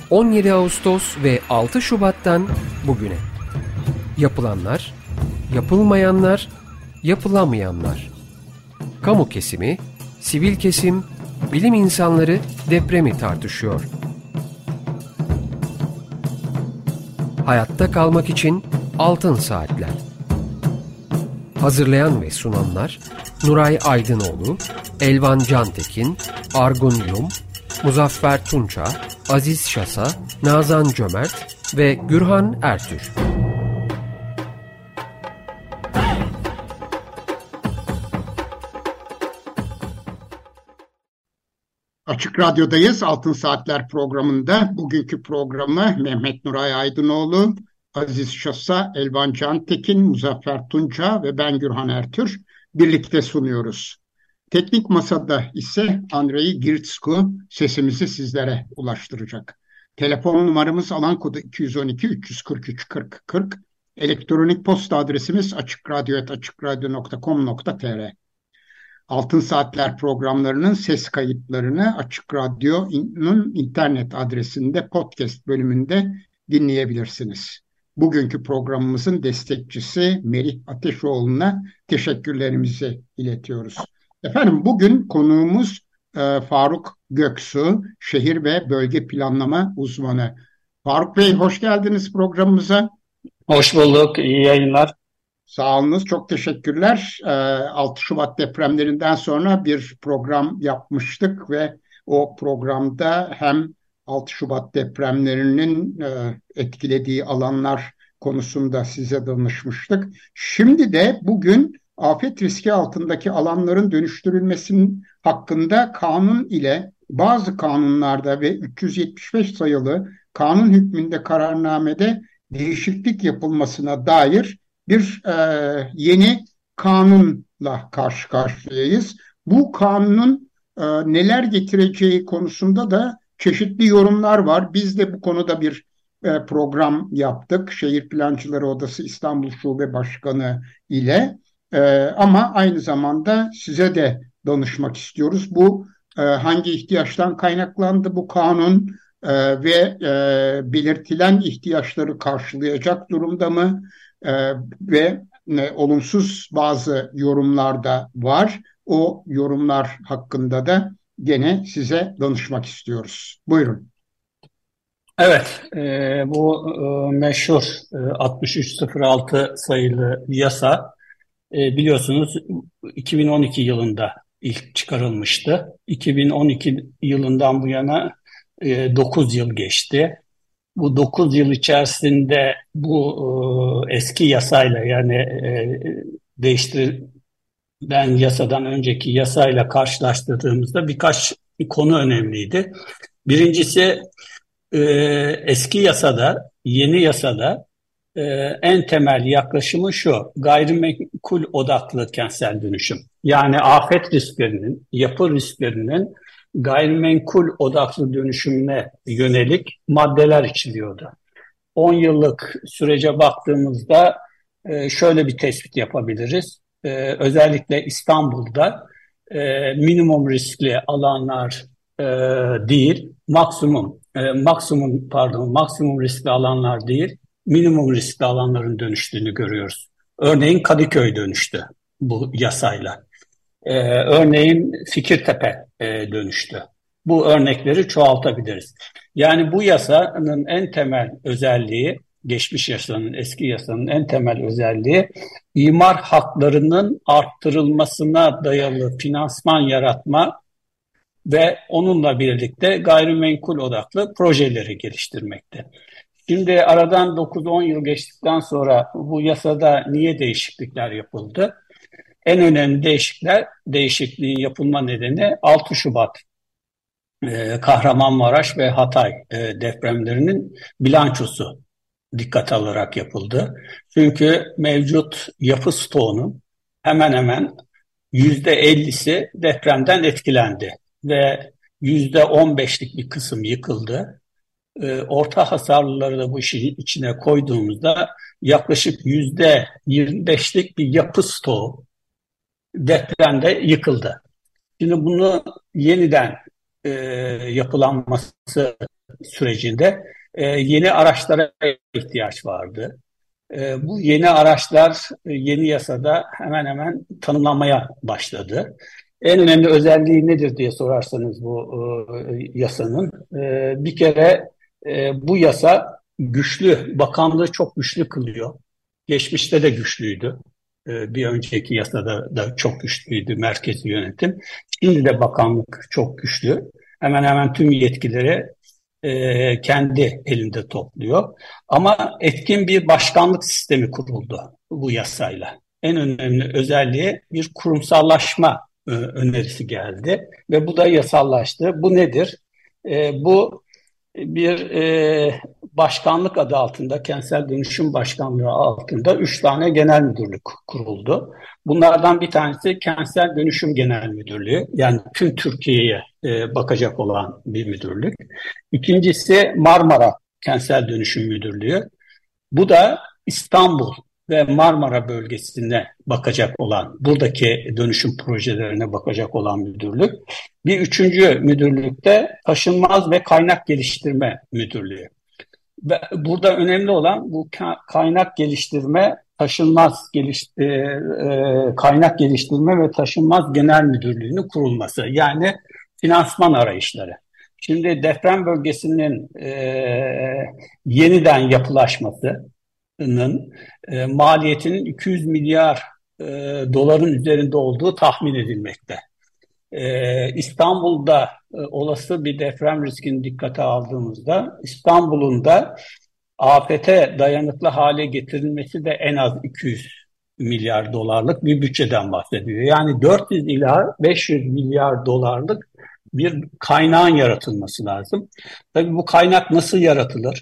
17 Ağustos ve 6 Şubat'tan bugüne. Yapılanlar, yapılmayanlar, yapılamayanlar. Kamu kesimi, sivil kesim, bilim insanları depremi tartışıyor. Hayatta kalmak için altın saatler. Hazırlayan ve sunanlar Nuray Aydınoğlu, Elvan Cantekin, Argun Yum, Muzaffer Tunça, Aziz Şasa, Nazan Cömert ve Gürhan Ertür. Açık Radyo'dayız. Altın Saatler programında. Bugünkü programı Mehmet Nuray Aydınoğlu, Aziz Şasa, Elvan Cantekin, Muzaffer Tunça ve ben Gürhan Ertür birlikte sunuyoruz. Teknik masada ise Andrei Girtsku sesimizi sizlere ulaştıracak. Telefon numaramız alan kodu 212 343 40 40. Elektronik posta adresimiz açıkradyo@açıkradyo.com.tr. Altın Saatler programlarının ses kayıtlarını Açık Radyo'nun internet adresinde podcast bölümünde dinleyebilirsiniz. Bugünkü programımızın destekçisi Melih Ateşoğlu'na teşekkürlerimizi iletiyoruz. Efendim bugün konuğumuz Faruk Göksu, şehir ve bölge planlama uzmanı. Faruk Bey hoş geldiniz programımıza. Hoş bulduk, iyi yayınlar. Sağ olunuz, çok teşekkürler. 6 Şubat depremlerinden sonra bir program yapmıştık ve o programda hem 6 Şubat depremlerinin etkilediği alanlar konusunda size danışmıştık. Şimdi de bugün afet riski altındaki alanların dönüştürülmesinin hakkında kanun ile bazı kanunlarda ve 375 sayılı kanun hükmünde kararnamede değişiklik yapılmasına dair bir yeni kanunla karşı karşıyayız. Bu kanunun neler getireceği konusunda da çeşitli yorumlar var. Biz de bu konuda bir program yaptık. Şehir Plancıları Odası İstanbul Şube Başkanı ile. Ama aynı zamanda size de danışmak istiyoruz. Bu hangi ihtiyaçtan kaynaklandı bu kanun ve belirtilen ihtiyaçları karşılayacak durumda mı? Ve olumsuz bazı yorumlar da var. O yorumlar hakkında da gene size danışmak istiyoruz. Buyurun. Evet, bu meşhur 6306 sayılı yasa biliyorsunuz 2012 yılında ilk çıkarılmıştı. 2012 yılından bu yana 9 yıl geçti. Bu 9 yıl içerisinde bu eski yasayla yani değiştirilen yasadan önceki yasayla karşılaştırdığımızda birkaç konu önemliydi. Birincisi eski yasada, yeni yasada en temel yaklaşımı şu: gayrimenkul odaklı kentsel dönüşüm. Yani afet risklerinin, yapı risklerinin gayrimenkul odaklı dönüşümüne yönelik maddeler içeriyordu. 10 yıllık sürece baktığımızda şöyle bir tespit yapabiliriz. Özellikle İstanbul'da minimum riskli alanlar değil, maksimum riskli alanlar değil, minimum riskli alanların dönüştüğünü görüyoruz. Örneğin Kadıköy dönüştü bu yasayla. Örneğin Fikirtepe dönüştü. Bu örnekleri çoğaltabiliriz. Yani bu yasanın en temel özelliği, geçmiş yasanın, eski yasanın en temel özelliği imar haklarının arttırılmasına dayalı finansman yaratma ve onunla birlikte gayrimenkul odaklı projeleri geliştirmekte. Şimdi aradan 9-10 yıl geçtikten sonra bu yasada niye değişiklikler yapıldı? En önemli değişikliğin yapılma nedeni 6 Şubat Kahramanmaraş ve Hatay depremlerinin bilançosu dikkate alarak yapıldı. Çünkü mevcut yapı stoğunun hemen hemen %50'si depremden etkilendi ve %15'lik bir kısım yıkıldı. Orta hasarlıları da bu işin içine koyduğumuzda yaklaşık %25'lik bir yapı stoğu depremde yıkıldı. Şimdi bunu yeniden yapılanması sürecinde yeni araçlara ihtiyaç vardı. Bu yeni araçlar yeni yasada hemen hemen tanımlanmaya başladı. En önemli özelliği nedir diye sorarsanız bu yasanın, bir kere bu yasa güçlü, bakanlığı çok güçlü kılıyor. Geçmişte de güçlüydü. Bir önceki yasada da çok güçlüydü merkezi yönetim. Şimdi de bakanlık çok güçlü. Hemen hemen tüm yetkileri kendi elinde topluyor. Ama etkin bir başkanlık sistemi kuruldu bu yasayla. En önemli özelliği bir kurumsallaşma önerisi geldi ve bu da yasallaştı. Bu nedir? Bu bir başkanlık adı altında, kentsel dönüşüm başkanlığı altında 3 tane genel müdürlük kuruldu. Bunlardan bir tanesi kentsel dönüşüm genel müdürlüğü, yani tüm Türkiye'ye bakacak olan bir müdürlük. İkincisi Marmara Kentsel Dönüşüm Müdürlüğü. Bu da İstanbul ve Marmara bölgesine bakacak olan, buradaki dönüşüm projelerine bakacak olan müdürlük. Bir üçüncü müdürlükte Taşınmaz ve Kaynak Geliştirme Müdürlüğü. Ve burada önemli olan bu kaynak geliştirme, kaynak geliştirme ve taşınmaz genel müdürlüğünün kurulması. Yani finansman arayışları. Şimdi deprem bölgesinin yeniden yapılaşmasının maliyetinin 200 milyar doların üzerinde olduğu tahmin edilmekte. İstanbul'da olası bir deprem riskini dikkate aldığımızda İstanbul'un da afete dayanıklı hale getirilmesi de en az 200 milyar dolarlık bir bütçeden bahsediyor. Yani 400 ila 500 milyar dolarlık bir kaynağın yaratılması lazım. Tabii bu kaynak nasıl yaratılır?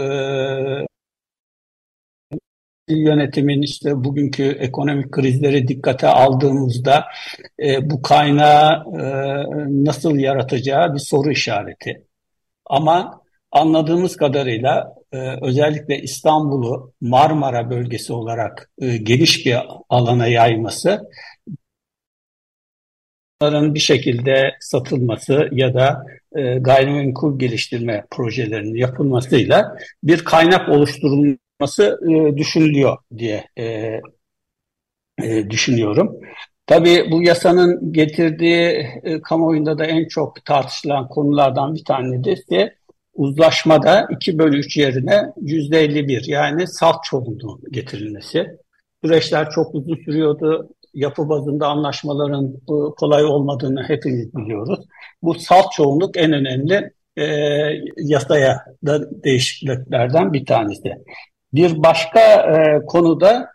Yönetimin işte bugünkü ekonomik krizleri dikkate aldığımızda bu kaynağı nasıl yaratacağı bir soru işareti. Ama anladığımız kadarıyla özellikle İstanbul'u Marmara bölgesi olarak geniş bir alana yayması, bunların bir şekilde satılması ya da gayrimenkul geliştirme projelerinin yapılmasıyla bir kaynak oluşturulması düşünülüyor diye düşünüyorum. Tabii bu yasanın getirdiği kamuoyunda da en çok tartışılan konulardan bir tanesi uzlaşmada 2/3 yerine %51, yani salt çoğunluğun getirilmesi. Süreçler çok uzun sürüyordu. Yapı bazında anlaşmaların kolay olmadığını hepimiz biliyoruz. Bu salt çoğunluk en önemli yasaya da değişikliklerden bir tanesi. Bir başka konuda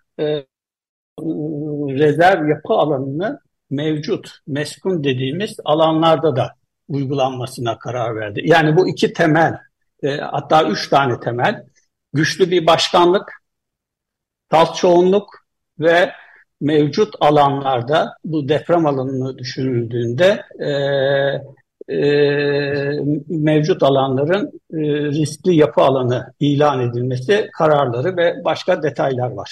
rezerv yapı alanını mevcut, meskun dediğimiz alanlarda da uygulanmasına karar verdi. Yani bu iki temel, hatta 3 tane temel, güçlü bir başkanlık, salt çoğunluk ve mevcut alanlarda, bu deprem alanını düşünüldüğünde mevcut alanların riskli yapı alanı ilan edilmesi kararları ve başka detaylar var.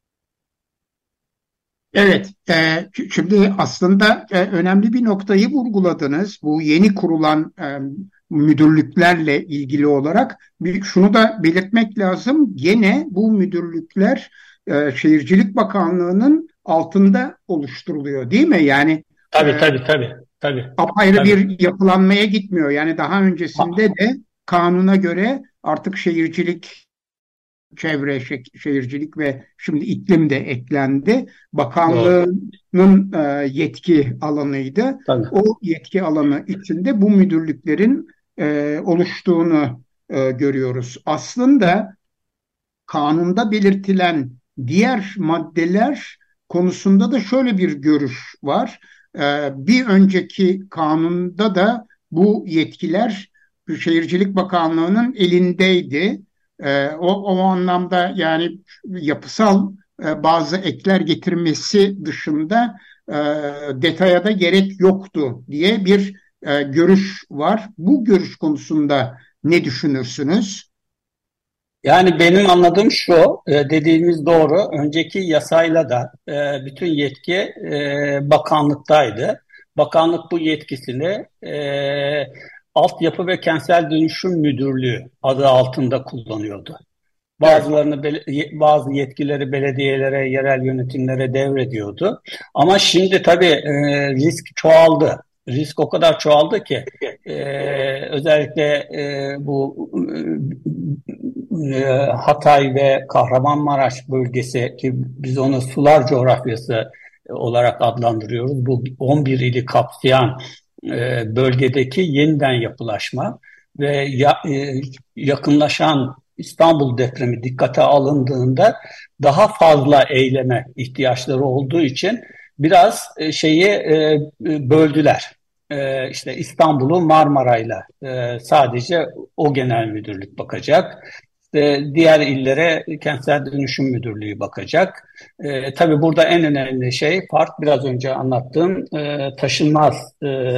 Evet, şimdi aslında önemli bir noktayı vurguladınız. Bu yeni kurulan müdürlüklerle ilgili olarak şunu da belirtmek lazım. Gene bu müdürlükler Şehircilik Bakanlığı'nın altında oluşturuluyor, değil mi? Yani tabii. apayrı bir yapılanmaya gitmiyor. Yani daha öncesinde de kanuna göre artık çevre şehircilik ve şimdi iklim de eklendi. Bakanlığın yetki alanıydı. Tabii. O yetki alanı içinde bu müdürlüklerin oluştuğunu görüyoruz. Aslında kanunda belirtilen diğer maddeler konusunda da şöyle bir görüş var. Bir önceki kanunda da bu yetkiler Şehircilik Bakanlığı'nın elindeydi. O anlamda yani yapısal bazı ekler getirmesi dışında detaya da gerek yoktu diye bir görüş var. Bu görüş konusunda ne düşünürsünüz? Yani benim anladığım şu, dediğiniz doğru. Önceki yasayla da bütün yetki bakanlıktaydı. bakanlık bu yetkisini Altyapı ve Kentsel Dönüşüm Müdürlüğü adı altında kullanıyordu. Evet. Bazı yetkileri belediyelere, yerel yönetimlere devrediyordu. Ama şimdi tabii risk çoğaldı. Risk o kadar çoğaldı ki özellikle bu Hatay ve Kahramanmaraş bölgesi, ki biz onu sular coğrafyası olarak adlandırıyoruz. Bu 11 ili kapsayan bölgedeki yeniden yapılaşma ve yakınlaşan İstanbul depremi dikkate alındığında daha fazla eyleme ihtiyaçları olduğu için biraz böldüler. İşte İstanbul'u Marmara'yla sadece o genel müdürlük bakacak. Diğer illere Kentsel Dönüşüm Müdürlüğü bakacak. Tabii burada en önemli fark biraz önce anlattığım taşınmaz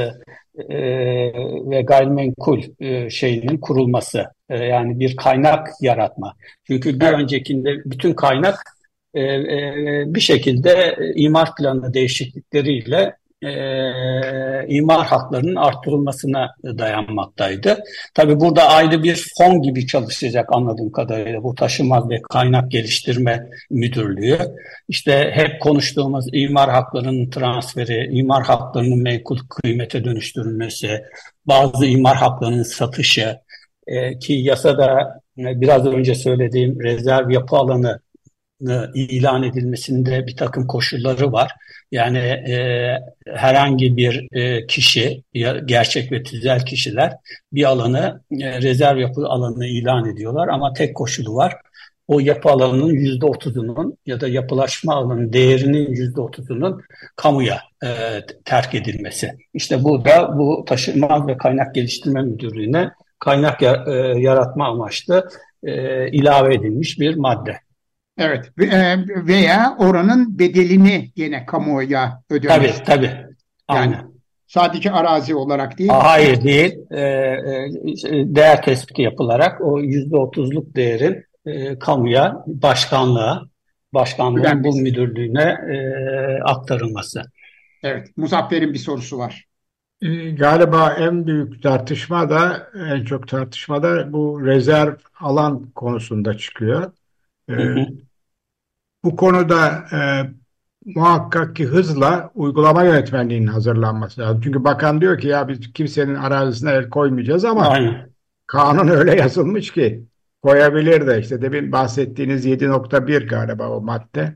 ve gayrimenkul şeyinin kurulması. Yani bir kaynak yaratma. Çünkü bir öncekinde bütün kaynak bir şekilde imar planı değişiklikleriyle imar haklarının artırılmasına dayanmaktaydı. Tabii burada ayrı bir fon gibi çalışacak anladığım kadarıyla bu Taşınmaz ve Kaynak Geliştirme Müdürlüğü. İşte hep konuştuğumuz imar haklarının transferi, imar haklarının menkul kıymete dönüştürülmesi, bazı imar haklarının satışı, ki yasada biraz önce söylediğim rezerv yapı alanı ilan edilmesinde bir takım koşulları var. Yani herhangi bir kişi, gerçek ve tüzel kişiler bir alanı rezerv yapı alanı ilan ediyorlar ama tek koşulu var. O yapı alanının %30'unun ya da yapılaşma alanının değerinin %30'unun kamuya terk edilmesi. İşte bu da bu Taşınmaz ve Kaynak Geliştirme Müdürlüğü'ne kaynak yaratma amaçlı ilave edilmiş bir madde. Evet, veya oranın bedelini gene kamuoya ödemek. Tabii. Yani sadece arazi olarak değil. Hayır değil. Değer tespiti yapılarak o %30'luk değerin kamuya, başkanlığın bu müdürlüğüne aktarılması. Evet, Muzaffer'in bir sorusu var. Galiba en büyük tartışma da, en çok tartışma da bu rezerv alan konusunda çıkıyor. Bu konuda muhakkak ki hızla uygulama yönetmenliğinin hazırlanması lazım. Çünkü bakan diyor ki ya biz kimsenin arazisine el koymayacağız ama Aynen. Kanun öyle yazılmış ki koyabilir de, işte demin bahsettiğiniz 7.1 galiba o madde.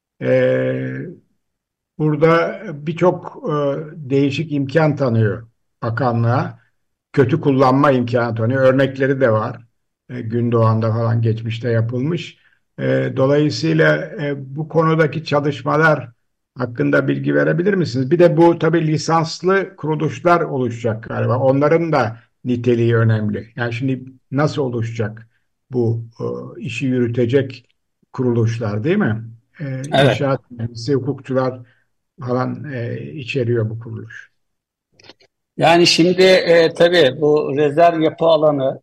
Burada birçok değişik imkan tanıyor bakanlığa. Kötü kullanma imkanı tanıyor. Örnekleri de var. Gündoğan'da falan geçmişte yapılmış. Dolayısıyla bu konudaki çalışmalar hakkında bilgi verebilir misiniz? Bir de bu tabii lisanslı kuruluşlar oluşacak galiba. Onların da niteliği önemli. Yani şimdi nasıl oluşacak bu işi yürütecek kuruluşlar, değil mi? Evet. İnşaat mühendisi, hukukçular falan içeriyor bu kuruluş. Yani şimdi tabii bu rezerv yapı alanı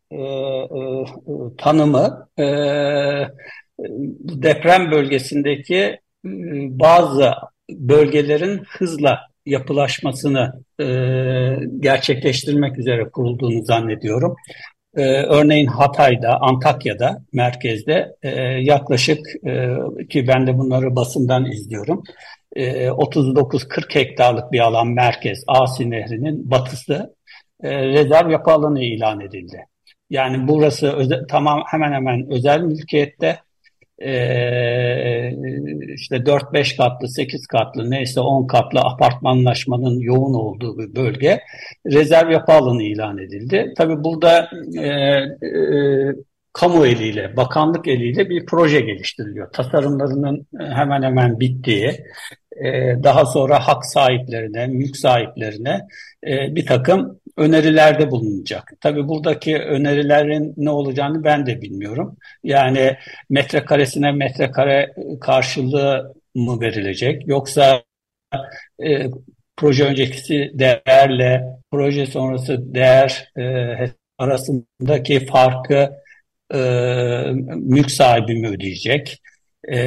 tanımı deprem bölgesindeki bazı bölgelerin hızla yapılaşmasını gerçekleştirmek üzere kurulduğunu zannediyorum. Örneğin Hatay'da, Antakya'da, merkezde yaklaşık ki ben de bunları basından izliyorum. 39-40 hektarlık bir alan merkez, Asi Nehri'nin batısı rezerv yapı alanı ilan edildi. Yani burası hemen hemen özel mülkiyette. İşte 4-5 katlı, 8 katlı, neyse 10 katlı apartmanlaşmanın yoğun olduğu bir bölge rezerv yapı alanı ilan edildi. Tabii burada kamu eliyle, bakanlık eliyle bir proje geliştiriliyor. Tasarımlarının hemen hemen bittiği, daha sonra hak sahiplerine, mülk sahiplerine bir takım önerilerde bulunacak. Tabii buradaki önerilerin ne olacağını ben de bilmiyorum. Yani metrekaresine metrekare karşılığı mı verilecek? Yoksa proje öncesi değerle proje sonrası değer arasındaki farkı mülk sahibi mi ödeyecek?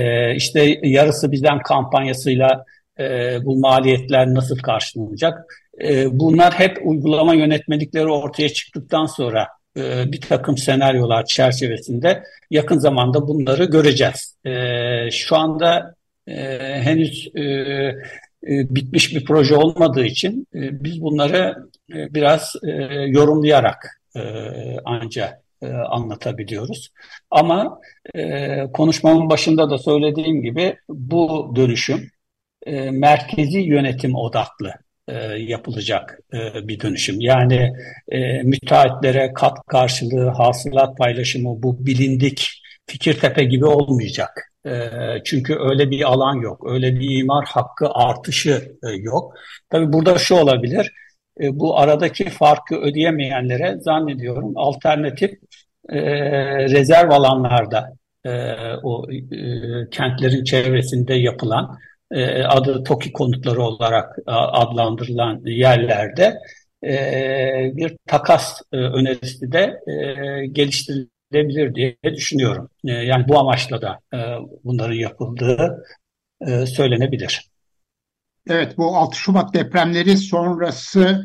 İşte yarısı bizden kampanyasıyla bu maliyetler nasıl karşılanacak? Bunlar hep uygulama yönetmelikleri ortaya çıktıktan sonra bir takım senaryolar çerçevesinde yakın zamanda bunları göreceğiz. Şu anda henüz bitmiş bir proje olmadığı için biz bunları biraz yorumlayarak ancak anlatabiliyoruz. Ama konuşmamın başında da söylediğim gibi bu dönüşüm merkezi yönetim odaklı yapılacak bir dönüşüm. Yani müteahhitlere kat karşılığı, hasılat paylaşımı bu bilindik Fikirtepe gibi olmayacak. Çünkü öyle bir alan yok, öyle bir imar hakkı artışı yok. Tabii burada şu olabilir, bu aradaki farkı ödeyemeyenlere zannediyorum alternatif rezerv alanlarda o kentlerin çevresinde yapılan adı TOKİ konutları olarak adlandırılan yerlerde bir takas önerisi de geliştirilebilir diye düşünüyorum. Yani bu amaçla da bunların yapıldığı söylenebilir. Evet, bu 6 Şubat depremleri sonrası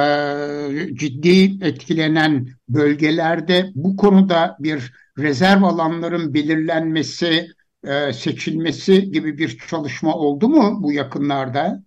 ciddi etkilenen bölgelerde bu konuda bir rezerv alanların belirlenmesi, seçilmesi gibi bir çalışma oldu mu bu yakınlarda?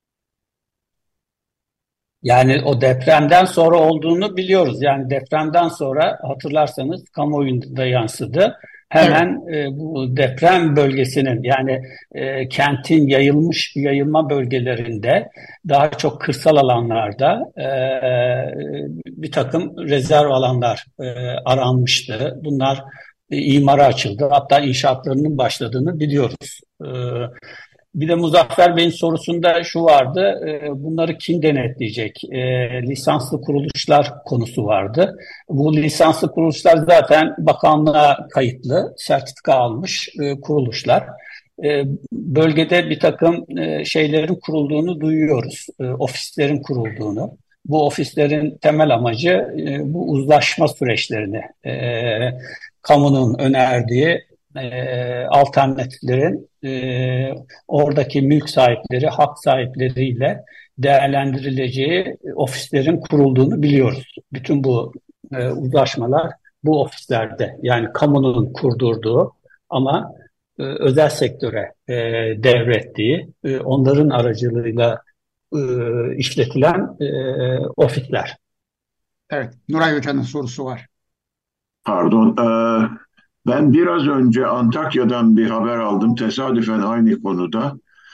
Yani o depremden sonra olduğunu biliyoruz. Yani depremden sonra hatırlarsanız kamuoyunda yansıdı. Evet. Hemen bu deprem bölgesinin yani kentin yayılma bölgelerinde daha çok kırsal alanlarda bir takım rezerv alanlar aranmıştı. Bunlar imara açıldı. Hatta inşaatlarının başladığını biliyoruz. Bir de Muzaffer Bey'in sorusunda şu vardı, bunları kim denetleyecek? Lisanslı kuruluşlar konusu vardı. Bu lisanslı kuruluşlar zaten bakanlığa kayıtlı, sertifika almış kuruluşlar. Bölgede bir takım şeylerin kurulduğunu duyuyoruz, ofislerin kurulduğunu. Bu ofislerin temel amacı bu uzlaşma süreçlerini, kamunun önerdiği alternatiflerin oradaki mülk sahipleri, hak sahipleriyle değerlendirileceği ofislerin kurulduğunu biliyoruz. Bütün bu uzlaşmalar bu ofislerde yani kamunun kurdurduğu ama özel sektöre devrettiği, onların aracılığıyla işletilen ofisler. Evet, Nuray Hoca'nın sorusu var. Pardon, ben biraz önce Antakya'dan bir haber aldım. Tesadüfen aynı konuda.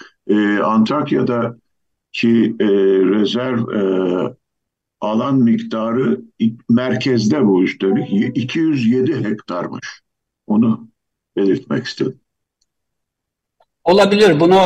Antakya'daki rezerv alan miktarı merkezde bu üstelik 207 hektarmış. Onu belirtmek istedim. Olabilir. Bunu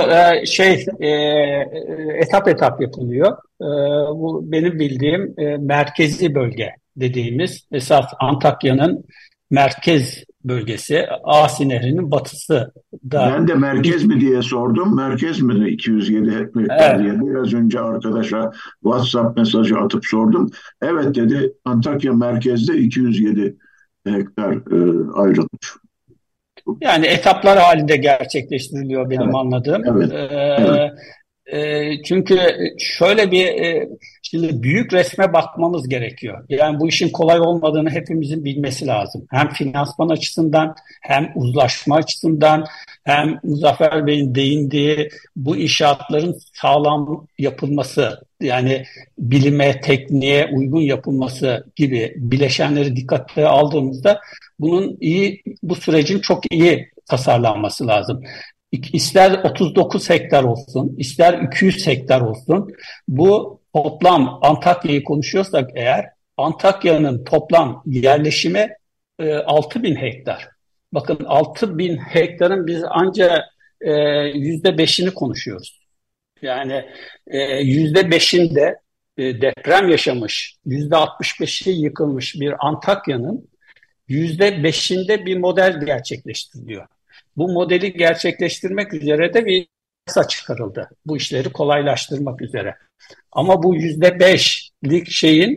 etap etap yapılıyor. Bu benim bildiğim merkezi bölge dediğimiz esas Antakya'nın merkez bölgesi, Asi Nehri'nin batısı da. Ben de merkez mi diye sordum. Merkez mi 207 hektar Evet. diye biraz önce arkadaşa WhatsApp mesajı atıp sordum. Evet dedi, Antakya merkezde 207 hektar ayrılmış. Yani etaplar halinde gerçekleştiriliyor benim Evet, anladığım. evet, evet. Çünkü şöyle şimdi büyük resme bakmamız gerekiyor. Yani bu işin kolay olmadığını hepimizin bilmesi lazım. Hem finansman açısından hem uzlaşma açısından hem Muzaffer Bey'in değindiği bu inşaatların sağlam yapılması yani bilime, tekniğe uygun yapılması gibi bileşenleri dikkate aldığımızda bu sürecin çok iyi tasarlanması lazım. İster 39 hektar olsun, ister 200 hektar olsun, bu toplam Antakya'yı konuşuyorsak eğer, Antakya'nın toplam yerleşimi 6.000 hektar. Bakın 6.000 hektarın biz ancak %5'ini konuşuyoruz. Yani %5'inde deprem yaşamış, %65'i yıkılmış bir Antakya'nın %5'inde bir model gerçekleştiriliyor. Bu modeli gerçekleştirmek üzere de bir yasa çıkarıldı. Bu işleri kolaylaştırmak üzere. Ama bu %5'lik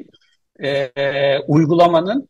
uygulamanın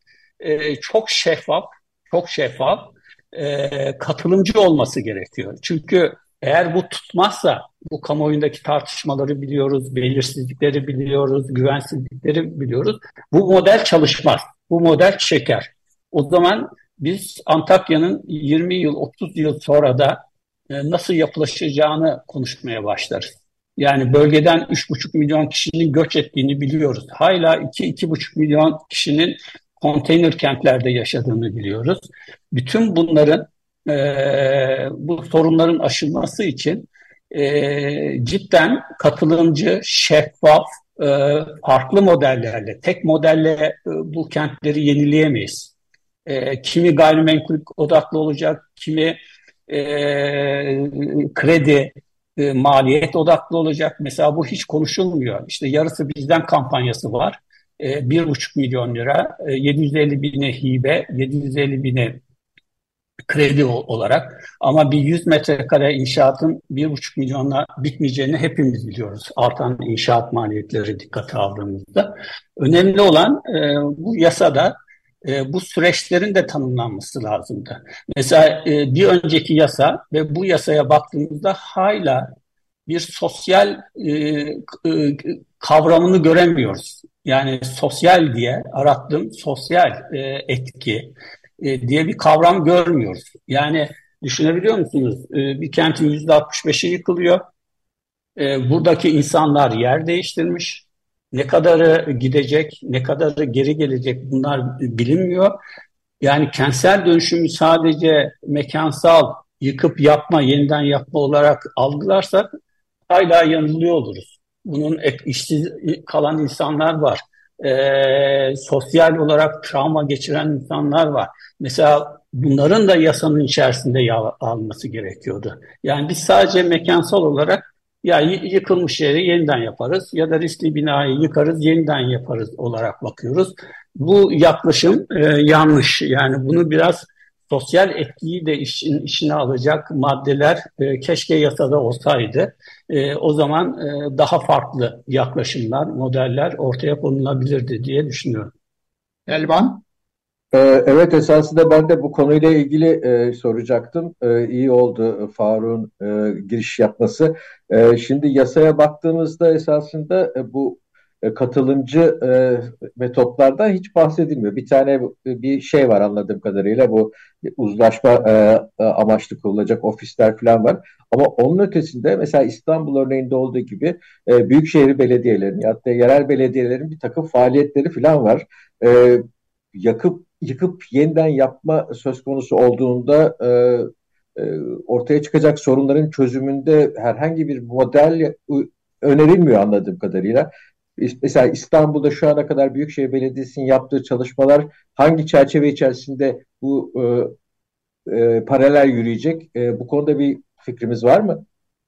çok şeffaf, katılımcı olması gerekiyor. Çünkü Eğer bu tutmazsa, bu kamuoyundaki tartışmaları biliyoruz, belirsizlikleri biliyoruz, güvensizlikleri biliyoruz. Bu model çalışmaz, bu model çeker. O zaman biz Antakya'nın 20 yıl, 30 yıl sonra da nasıl yapılaşacağını konuşmaya başlarız. Yani bölgeden 3,5 milyon kişinin göç ettiğini biliyoruz. Hala 2,5 milyon kişinin konteyner kentlerde yaşadığını biliyoruz. Bütün bunların bu sorunların aşılması için cidden katılımcı, şeffaf, farklı modellerle, tek modelle bu kentleri yenileyemeyiz. Kimi gayrimenkul odaklı olacak, kimi kredi, maliyet odaklı olacak. Mesela bu hiç konuşulmuyor. İşte yarısı bizden kampanyası var. 1,5 milyon lira, 750 bine hibe, 750 bine kredi olarak. Ama bir 100 metrekare inşaatın 1,5 milyonla bitmeyeceğini hepimiz biliyoruz. Artan inşaat maliyetleri dikkate aldığımızda. Önemli olan bu yasada bu süreçlerin de tanımlanması lazımdı. Mesela bir önceki yasa ve bu yasaya baktığımızda hala bir sosyal kavramını göremiyoruz. Yani sosyal diye arattığım sosyal etki diye bir kavram görmüyoruz. Yani düşünebiliyor musunuz? Bir kentin %65'i yıkılıyor. Buradaki insanlar yer değiştirmiş. Ne kadarı gidecek, ne kadarı geri gelecek bunlar bilinmiyor. Yani kentsel dönüşümü sadece mekansal yıkıp yapma, yeniden yapma olarak algılarsak hala yanılıyor oluruz. Bunun işsiz kalan insanlar var. Sosyal olarak travma geçiren insanlar var. Mesela bunların da yasanın içerisinde alınması gerekiyordu. Yani biz sadece mekansal olarak ya yıkılmış yeri yeniden yaparız ya da riskli binayı yıkarız yeniden yaparız olarak bakıyoruz. Bu yaklaşım yanlış. Yani bunu biraz sosyal etkiyi de içine alacak maddeler keşke yasada olsaydı. O zaman daha farklı yaklaşımlar, modeller ortaya konulabilirdi diye düşünüyorum. Elvan? Evet, esasında ben de bu konuyla ilgili soracaktım. İyi oldu Faruk'un giriş yapması. Şimdi yasaya baktığımızda esasında bu katılımcı metotlardan hiç bahsedilmiyor. Bir tane bir şey var anladığım kadarıyla, bu uzlaşma amaçlı kurulacak ofisler falan var. Ama onun ötesinde mesela İstanbul örneğinde olduğu gibi büyükşehir belediyelerinin ya da yerel belediyelerin bir takım faaliyetleri falan var. Yıkıp yeniden yapma söz konusu olduğunda ortaya çıkacak sorunların çözümünde herhangi bir model önerilmiyor anladığım kadarıyla. Mesela İstanbul'da şu ana kadar Büyükşehir Belediyesi'nin yaptığı çalışmalar hangi çerçeve içerisinde bu paralel yürüyecek? Bu konuda bir fikrimiz var mı?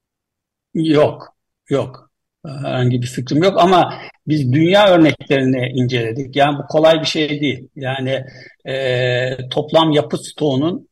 Yok, yok. Herhangi bir fikrim yok ama biz dünya örneklerini inceledik. Yani bu kolay bir şey değil. Yani toplam yapı stoğunun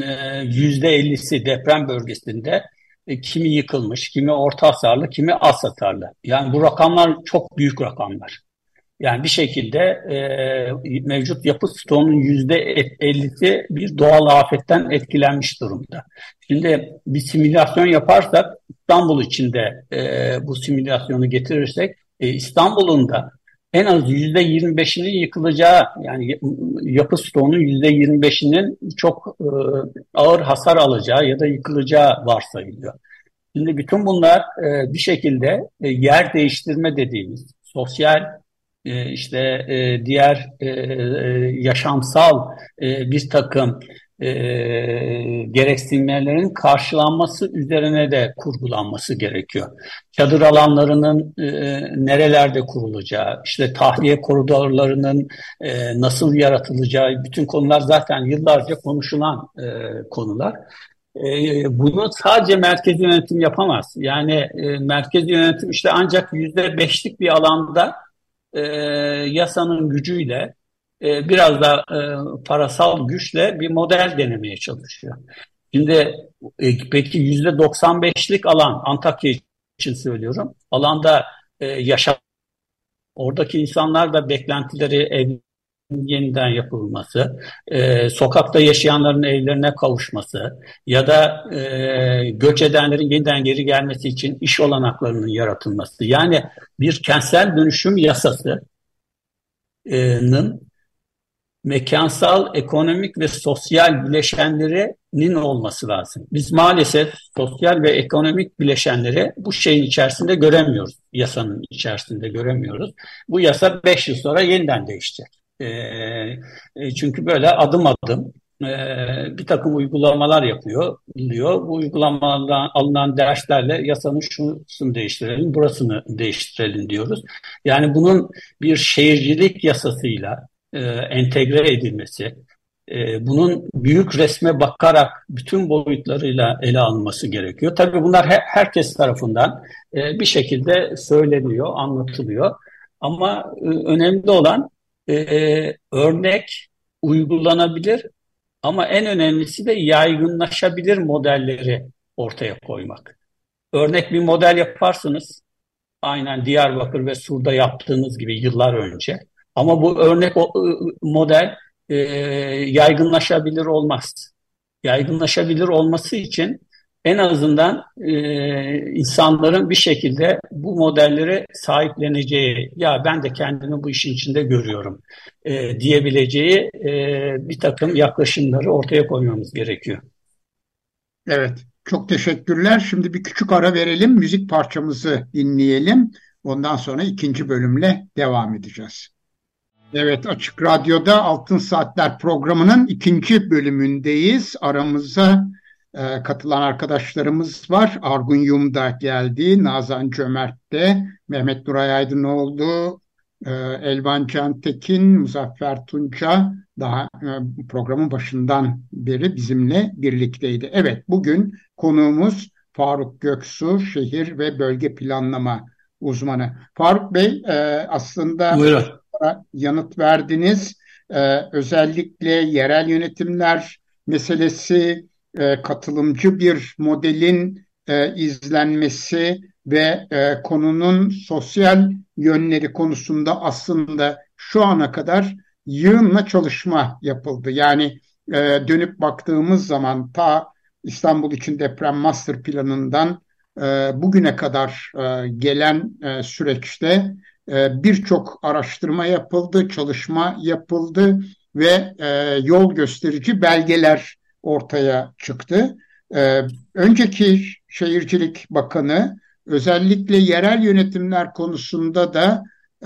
%50'si deprem bölgesinde, kimi yıkılmış, kimi orta hasarlı, kimi az hasarlı. Yani bu rakamlar çok büyük rakamlar. Yani bir şekilde mevcut yapı stoğunun %50'si bir doğal afetten etkilenmiş durumda. Şimdi bir simülasyon yaparsak İstanbul içinde bu simülasyonu getirirsek İstanbul'un da en az %25'inin yıkılacağı, yani yapı stoğunun %25'inin çok ağır hasar alacağı ya da yıkılacağı varsayılıyor. Şimdi bütün bunlar bir şekilde yer değiştirme dediğimiz sosyal işte diğer yaşamsal bir takım gereksinimlerin karşılanması üzerine de kurgulanması gerekiyor. Çadır alanlarının nerelerde kurulacağı, işte tahliye koridorlarının nasıl yaratılacağı, bütün konular zaten yıllarca konuşulan konular. Bunu sadece merkezi yönetim yapamaz. Yani merkezi yönetim işte ancak %5'lik bir alanda yasanın gücüyle biraz da parasal güçle bir model denemeye çalışıyor. Şimdi peki %95'lik alan, Antakya için söylüyorum, alanda yaşam, oradaki insanlar da beklentileri, yeniden yapılması, sokakta yaşayanların evlerine kavuşması ya da göç edenlerin yeniden geri gelmesi için iş olanaklarının yaratılması. Yani bir kentsel dönüşüm yasasının mekansal, ekonomik ve sosyal bileşenlerinin olması lazım. Biz maalesef sosyal ve ekonomik bileşenleri bu şeyin içerisinde göremiyoruz. Yasanın içerisinde göremiyoruz. Bu yasa 5 yıl sonra yeniden değişecek. Çünkü böyle adım adım bir takım uygulamalar yapıyor. Bu uygulamalardan alınan derslerle yasanın şunu değiştirelim, burasını değiştirelim diyoruz. Yani bunun bir şehircilik yasasıyla entegre edilmesi, bunun büyük resme bakarak bütün boyutlarıyla ele alınması gerekiyor. Tabii bunlar herkes tarafından bir şekilde söyleniyor, anlatılıyor. Ama önemli olan örnek, uygulanabilir ama en önemlisi de yaygınlaşabilir modelleri ortaya koymak. Örnek bir model yaparsınız, aynen Diyarbakır ve Sur'da yaptığınız gibi yıllar önce. Ama bu örnek model yaygınlaşabilir olmaz. Yaygınlaşabilir olması için en azından insanların bir şekilde bu modelleri sahipleneceği, ya ben de kendimi bu işin içinde görüyorum diyebileceği bir takım yaklaşımları ortaya koymamız gerekiyor. Evet, çok teşekkürler. Şimdi bir küçük ara verelim, müzik parçamızı dinleyelim. Ondan sonra ikinci bölümle devam edeceğiz. Evet, Açık Radyo'da Altın Saatler programının ikinci bölümündeyiz. Aramıza katılan arkadaşlarımız var. Argun Yum da geldi, Nazan Cömert de, Mehmet Nuray Aydınoğlu, Elvan Cantekin, Muzaffer Tunça daha programın başından beri bizimle birlikteydi. Evet, bugün konuğumuz Faruk Göksu, şehir ve bölge planlama uzmanı. Faruk Bey, aslında yanıt verdiniz. Özellikle yerel yönetimler meselesi, katılımcı bir modelin izlenmesi ve konunun sosyal yönleri konusunda aslında şu ana kadar yığınla çalışma yapıldı. Yani dönüp baktığımız zaman ta İstanbul için deprem master planından bugüne kadar gelen süreçte birçok araştırma yapıldı, çalışma yapıldı ve yol gösterici belgeler ortaya çıktı. Önceki Şehircilik Bakanı özellikle yerel yönetimler konusunda da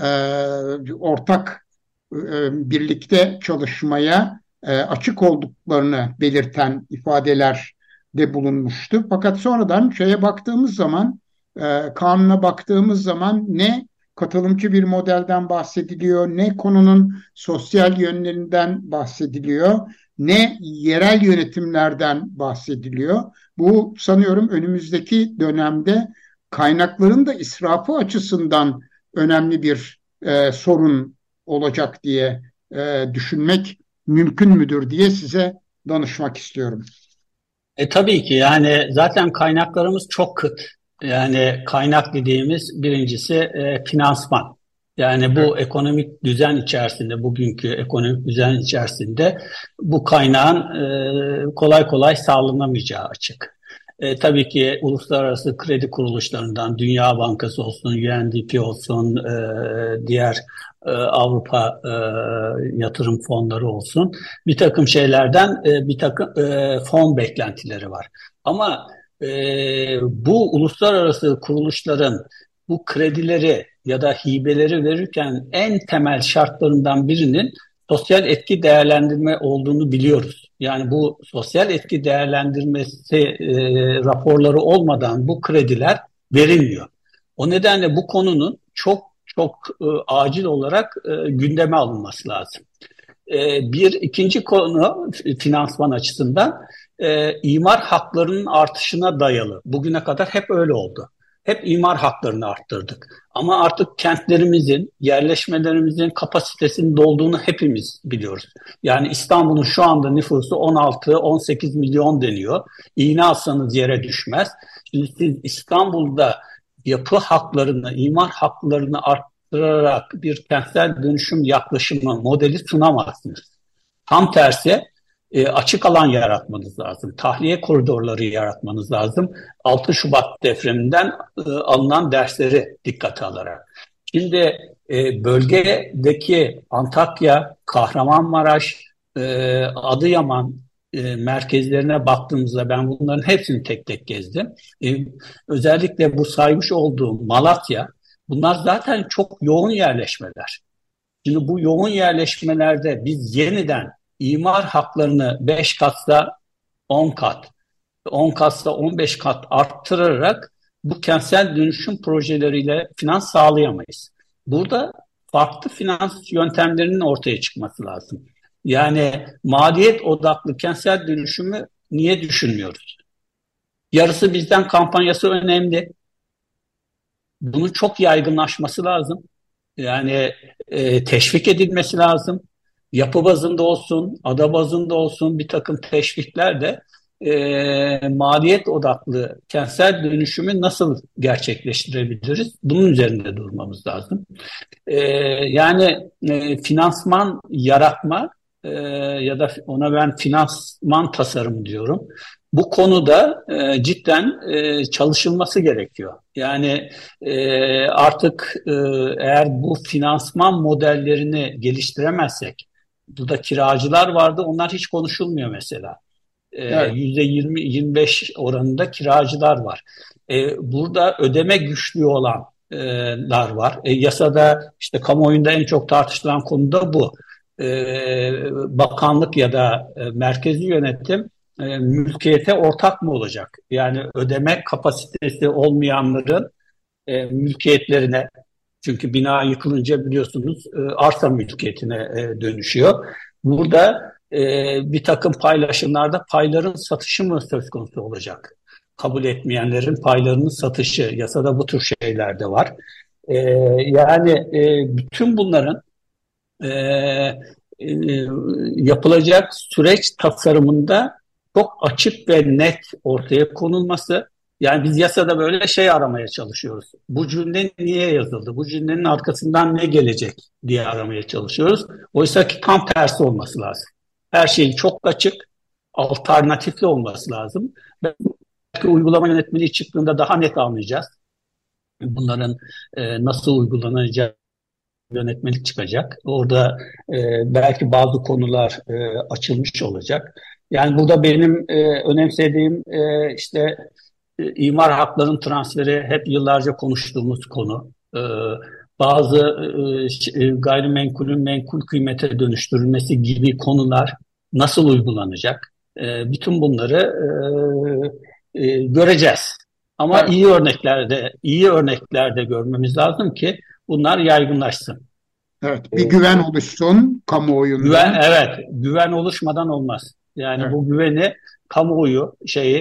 ortak birlikte çalışmaya açık olduklarını belirten ifadelerde bulunmuştu. Fakat sonradan şeye baktığımız zaman, kanuna baktığımız zaman ne katılımcı bir modelden bahsediliyor, ne konunun sosyal yönlerinden bahsediliyor, ne yerel yönetimlerden bahsediliyor. Bu sanıyorum önümüzdeki dönemde kaynakların da israfı açısından önemli bir sorun olacak diye düşünmek mümkün müdür diye size danışmak istiyorum. Tabii ki yani zaten kaynaklarımız çok kıt. Yani kaynak dediğimiz birincisi finansman. Yani bu ekonomik düzen içerisinde, bugünkü ekonomik düzen içerisinde bu kaynağın kolay kolay sağlanamayacağı açık. Tabii ki uluslararası kredi kuruluşlarından, Dünya Bankası olsun, UNDP olsun, diğer Avrupa yatırım fonları olsun, bir takım şeylerden bir takım fon beklentileri var. Ama bu uluslararası kuruluşların bu kredileri ya da hibeleri verirken en temel şartlarından birinin sosyal etki değerlendirme olduğunu biliyoruz. Yani bu sosyal etki değerlendirmesi raporları olmadan bu krediler verilmiyor. O nedenle bu konunun çok acil olarak gündeme alınması lazım. Bir ikinci konu finansman açısından imar haklarının artışına dayalı. Bugüne kadar hep öyle oldu. Hep imar haklarını arttırdık. Ama artık kentlerimizin, yerleşmelerimizin kapasitesinin dolduğunu hepimiz biliyoruz. Yani İstanbul'un şu anda nüfusu 16-18 milyon deniyor. İğne atsanız yere düşmez. Şimdi siz İstanbul'da yapı haklarını, imar haklarını arttırarak bir kentsel dönüşüm yaklaşımı modeli sunamazsınız. Tam tersi açık alan yaratmanız lazım. Tahliye koridorları yaratmanız lazım. 6 Şubat depreminden alınan dersleri dikkate alarak. Şimdi bölgedeki Antakya, Kahramanmaraş, Adıyaman merkezlerine baktığımızda ben bunların hepsini tek tek gezdim. Özellikle bu saymış olduğum Malatya, bunlar zaten çok yoğun yerleşmeler. Şimdi bu yoğun yerleşmelerde biz yeniden imar haklarını 5 katsa 10 kat, 10 katsa 15 kat arttırarak bu kentsel dönüşüm projeleriyle finans sağlayamayız. Burada farklı finans yöntemlerinin ortaya çıkması lazım. Yani maliyet odaklı kentsel dönüşümü niye düşünmüyoruz? Yarısı bizden kampanyası önemli. Bunun çok yaygınlaşması lazım. Yani teşvik edilmesi lazım. Yapı bazında olsun, ada bazında olsun bir takım teşvikler de maliyet odaklı kentsel dönüşümü nasıl gerçekleştirebiliriz? Bunun üzerinde durmamız lazım. Yani finansman yaratma ya da ona ben finansman tasarım diyorum. Bu konuda cidden çalışılması gerekiyor. Yani artık eğer bu finansman modellerini geliştiremezsek, burada kiracılar vardı, onlar hiç konuşulmuyor mesela. Evet. %20-25 oranında kiracılar var. Burada ödeme güçlüğü olanlar var. Yasada işte kamuoyunda en çok tartışılan konu da bu. Bakanlık ya da merkezi yönetim mülkiyete ortak mı olacak? Yani ödeme kapasitesi olmayanların mülkiyetlerine, çünkü bina yıkılınca biliyorsunuz arsa mülkiyetine dönüşüyor. Burada bir takım paylaşımlarda payların satışı mı söz konusu olacak? Kabul etmeyenlerin paylarının satışı, yasada bu tür şeyler de var. Yani bütün bunların e, yapılacak süreç tasarımında çok açık ve net ortaya konulması. Yani biz yasada böyle şey aramaya çalışıyoruz. Bu cümle niye yazıldı? Bu cümlenin arkasından ne gelecek diye aramaya çalışıyoruz. Oysa ki tam tersi olması lazım. Her şeyin çok açık, alternatifli olması lazım. Belki uygulama yönetmeliği çıktığında daha net anlayacağız. Bunların nasıl uygulanacağı yönetmelik çıkacak. Orada belki bazı konular açılmış olacak. Yani burada benim önemsediğim işte imar haklarının transferi hep yıllarca konuştuğumuz konu. Bazı gayrimenkulün menkul kıymete dönüştürülmesi gibi konular nasıl uygulanacak? Bütün bunları göreceğiz. Ama Evet. iyi örneklerde görmemiz lazım ki bunlar yaygınlaşsın. Evet, bir güven oluşsun kamuoyunda. Güven oluşmadan olmaz. Yani Evet. bu güveni kamuoyu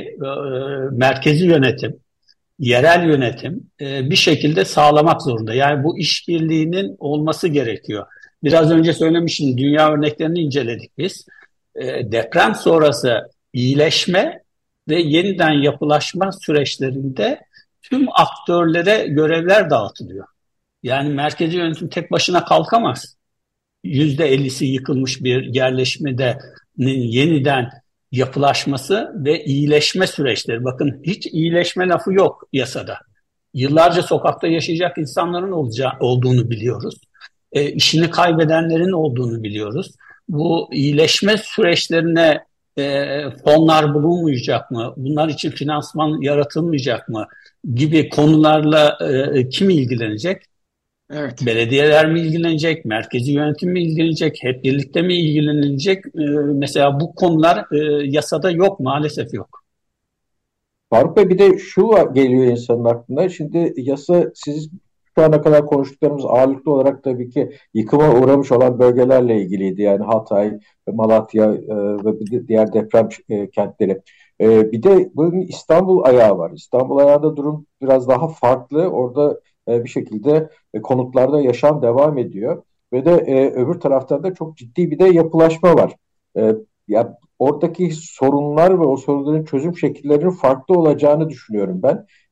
merkezi yönetim, yerel yönetim bir şekilde sağlamak zorunda. Yani bu işbirliğinin olması gerekiyor. Biraz önce söylemiştim, dünya örneklerini inceledik biz. Deprem sonrası iyileşme ve yeniden yapılaşma süreçlerinde tüm aktörlere görevler dağıtılıyor. Yani merkezi yönetim tek başına kalkamaz. %50'si yıkılmış bir yerleşmede yeniden yapılaşması ve iyileşme süreçleri. Bakın hiç iyileşme lafı yok yasada. Yıllarca sokakta yaşayacak insanların olduğunu biliyoruz. İşini kaybedenlerin olduğunu biliyoruz. Bu iyileşme süreçlerine fonlar bulunmayacak mı? Bunlar için finansman yaratılmayacak mı? Gibi konularla kim ilgilenecek? Evet. Belediyeler mi ilgilenecek, merkezi yönetim mi ilgilenecek, hep birlikte mi ilgilenilecek? Mesela bu konular yasada yok, maalesef yok. Faruk Bey, bir de şu geliyor insanın aklına. Şimdi yasa, siz şu ana kadar konuştuklarımız ağırlıklı olarak tabii ki yıkıma uğramış olan bölgelerle ilgiliydi. Yani Hatay, Malatya ve diğer deprem kentleri. Bir de bunun İstanbul ayağı var. İstanbul ayağında durum biraz daha farklı. Orada bir şekilde konutlarda yaşam devam ediyor. Ve de öbür taraftan da çok ciddi bir de yapılaşma var. Ya oradaki sorunlar ve o sorunların çözüm şekillerinin farklı olacağını düşünüyorum ben.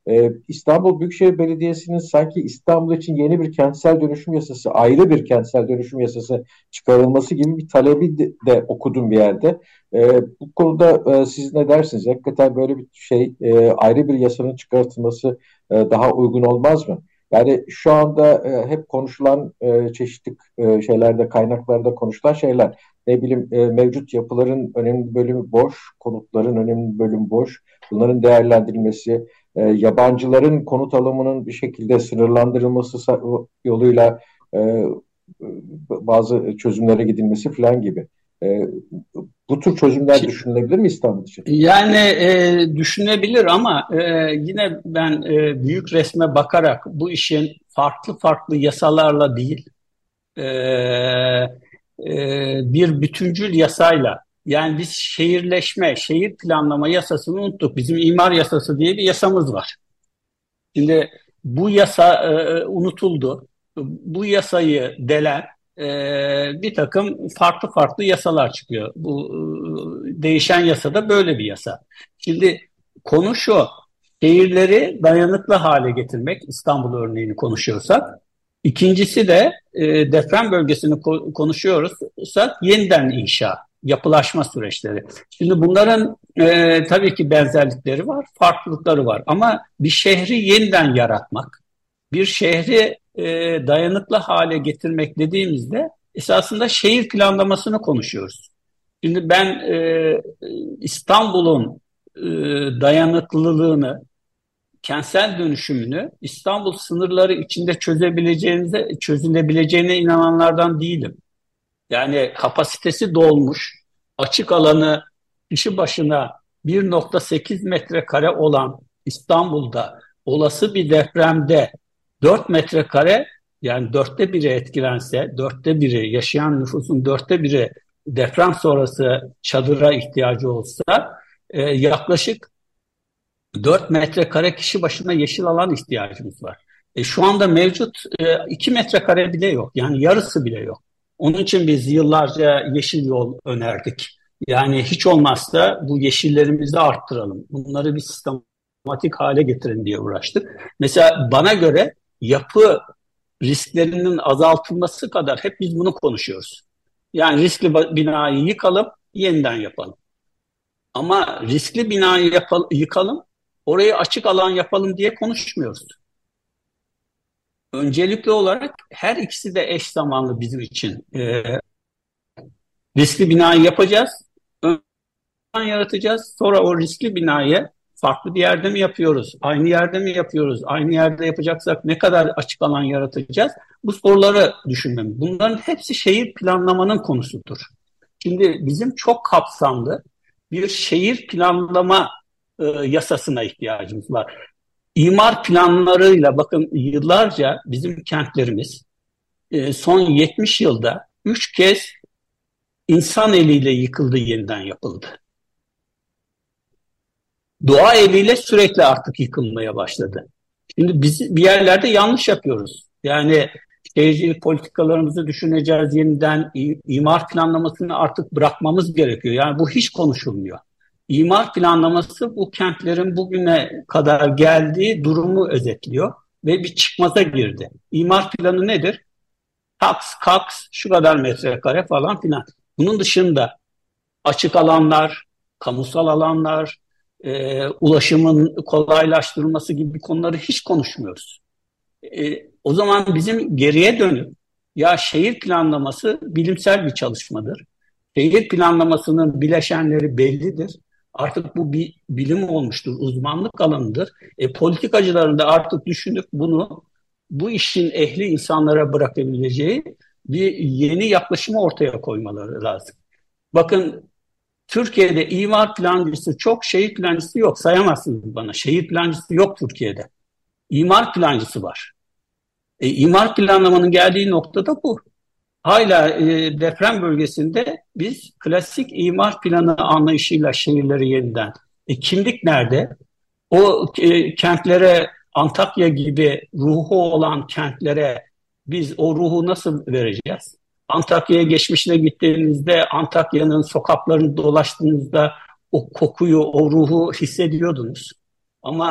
İstanbul Büyükşehir Belediyesi'nin sanki İstanbul için yeni bir kentsel dönüşüm yasası, ayrı bir kentsel dönüşüm yasası çıkarılması gibi bir talebi de okudum bir yerde. Bu konuda siz ne dersiniz? Hakikaten böyle bir şey, ayrı bir yasanın çıkartılması daha uygun olmaz mı? Yani şu anda hep konuşulan çeşitli şeylerde, kaynaklarda konuşulan şeyler. Ne bileyim, mevcut yapıların önemli bölümü boş, konutların önemli bölümü boş. Bunların değerlendirilmesi, yabancıların konut alımının bir şekilde sınırlandırılması yoluyla bazı çözümlere gidilmesi falan gibi. Bu tür çözümler düşünülebilir mi İstanbul için? Yani düşünebilir ama yine ben büyük resme bakarak bu işin farklı farklı yasalarla değil, bir bütüncül yasayla, yani biz şehirleşme, şehir planlama yasasını unuttuk. Bizim imar yasası diye bir yasamız var. Şimdi bu yasa unutuldu. Bu yasayı delen bir takım farklı farklı yasalar çıkıyor. Bu değişen yasa da böyle bir yasa. Şimdi konu şu, şehirleri dayanıklı hale getirmek, İstanbul örneğini konuşuyorsak. İkincisi de deprem bölgesini konuşuyorsak yeniden inşa, yapılaşma süreçleri. Şimdi bunların tabii ki benzerlikleri var, farklılıkları var. Ama bir şehri yeniden yaratmak, bir şehri dayanıklı hale getirmek dediğimizde esasında şehir planlamasını konuşuyoruz. Şimdi ben İstanbul'un dayanıklılığını, kentsel dönüşümünü İstanbul sınırları içinde çözülebileceğine inananlardan değilim. Yani kapasitesi dolmuş, açık alanı kişi başına 1,8 metrekare olan İstanbul'da olası bir depremde 4 metrekare, yani 1/4'ü etkilense, 1/4'ü, yaşayan nüfusun 1/4'ü deprem sonrası çadıra ihtiyacı olsa yaklaşık 4 metrekare kişi başına yeşil alan ihtiyacımız var. Şu anda mevcut 2 metrekare bile yok. Yani yarısı bile yok. Onun için biz yıllarca yeşil yol önerdik. Yani hiç olmazsa bu yeşillerimizi arttıralım. Bunları bir sistematik hale getirin diye uğraştık. Mesela bana göre yapı risklerinin azaltılması kadar hep biz bunu konuşuyoruz. Yani riskli binayı yıkalım, yeniden yapalım. Ama riskli binayı yıkalım, orayı açık alan yapalım diye konuşmuyoruz. Öncelikli olarak her ikisi de eş zamanlı bizim için. Riskli binayı yapacağız, yaratacağız. Sonra o riskli binayı farklı bir yerde mi yapıyoruz? Aynı yerde mi yapıyoruz? Aynı yerde yapacaksak ne kadar açık alan yaratacağız? Bu soruları düşünmemiz. Bunların hepsi şehir planlamanın konusudur. Şimdi bizim çok kapsamlı bir şehir planlama yasasına ihtiyacımız var. İmar planlarıyla bakın yıllarca bizim kentlerimiz son 70 yılda 3 kez insan eliyle yıkıldı, yeniden yapıldı. Doğa eliyle sürekli artık yıkılmaya başladı. Şimdi biz bir yerlerde yanlış yapıyoruz. Yani şehircilik politikalarımızı düşüneceğiz yeniden, imar planlamasını artık bırakmamız gerekiyor. Yani bu hiç konuşulmuyor. İmar planlaması bu kentlerin bugüne kadar geldiği durumu özetliyor ve bir çıkmaza girdi. İmar planı nedir? Kaks, şu kadar metrekare falan filan. Bunun dışında açık alanlar, kamusal alanlar, ulaşımın kolaylaştırılması gibi konuları hiç konuşmuyoruz. O zaman bizim geriye dönüp ya şehir planlaması bilimsel bir çalışmadır. Şehir planlamasının bileşenleri bellidir. Artık bu bir bilim olmuştur, uzmanlık alanıdır. Politikacıların da artık düşünüp bunu bu işin ehli insanlara bırakabileceği bir yeni yaklaşımı ortaya koymaları lazım. Bakın Türkiye'de imar plancısı çok, şehir plancısı yok. Sayamazsınız bana. Şehir plancısı yok Türkiye'de. İmar plancısı var. İmar planlamanın geldiği noktada bu. Hala deprem bölgesinde biz klasik imar planı anlayışıyla şehirleri yeniden. Kimlik nerede? O kentlere, Antakya gibi ruhu olan kentlere biz o ruhu nasıl vereceğiz? Antakya'ya geçmişine gittiğinizde, Antakya'nın sokaklarını dolaştığınızda o kokuyu, o ruhu hissediyordunuz. Ama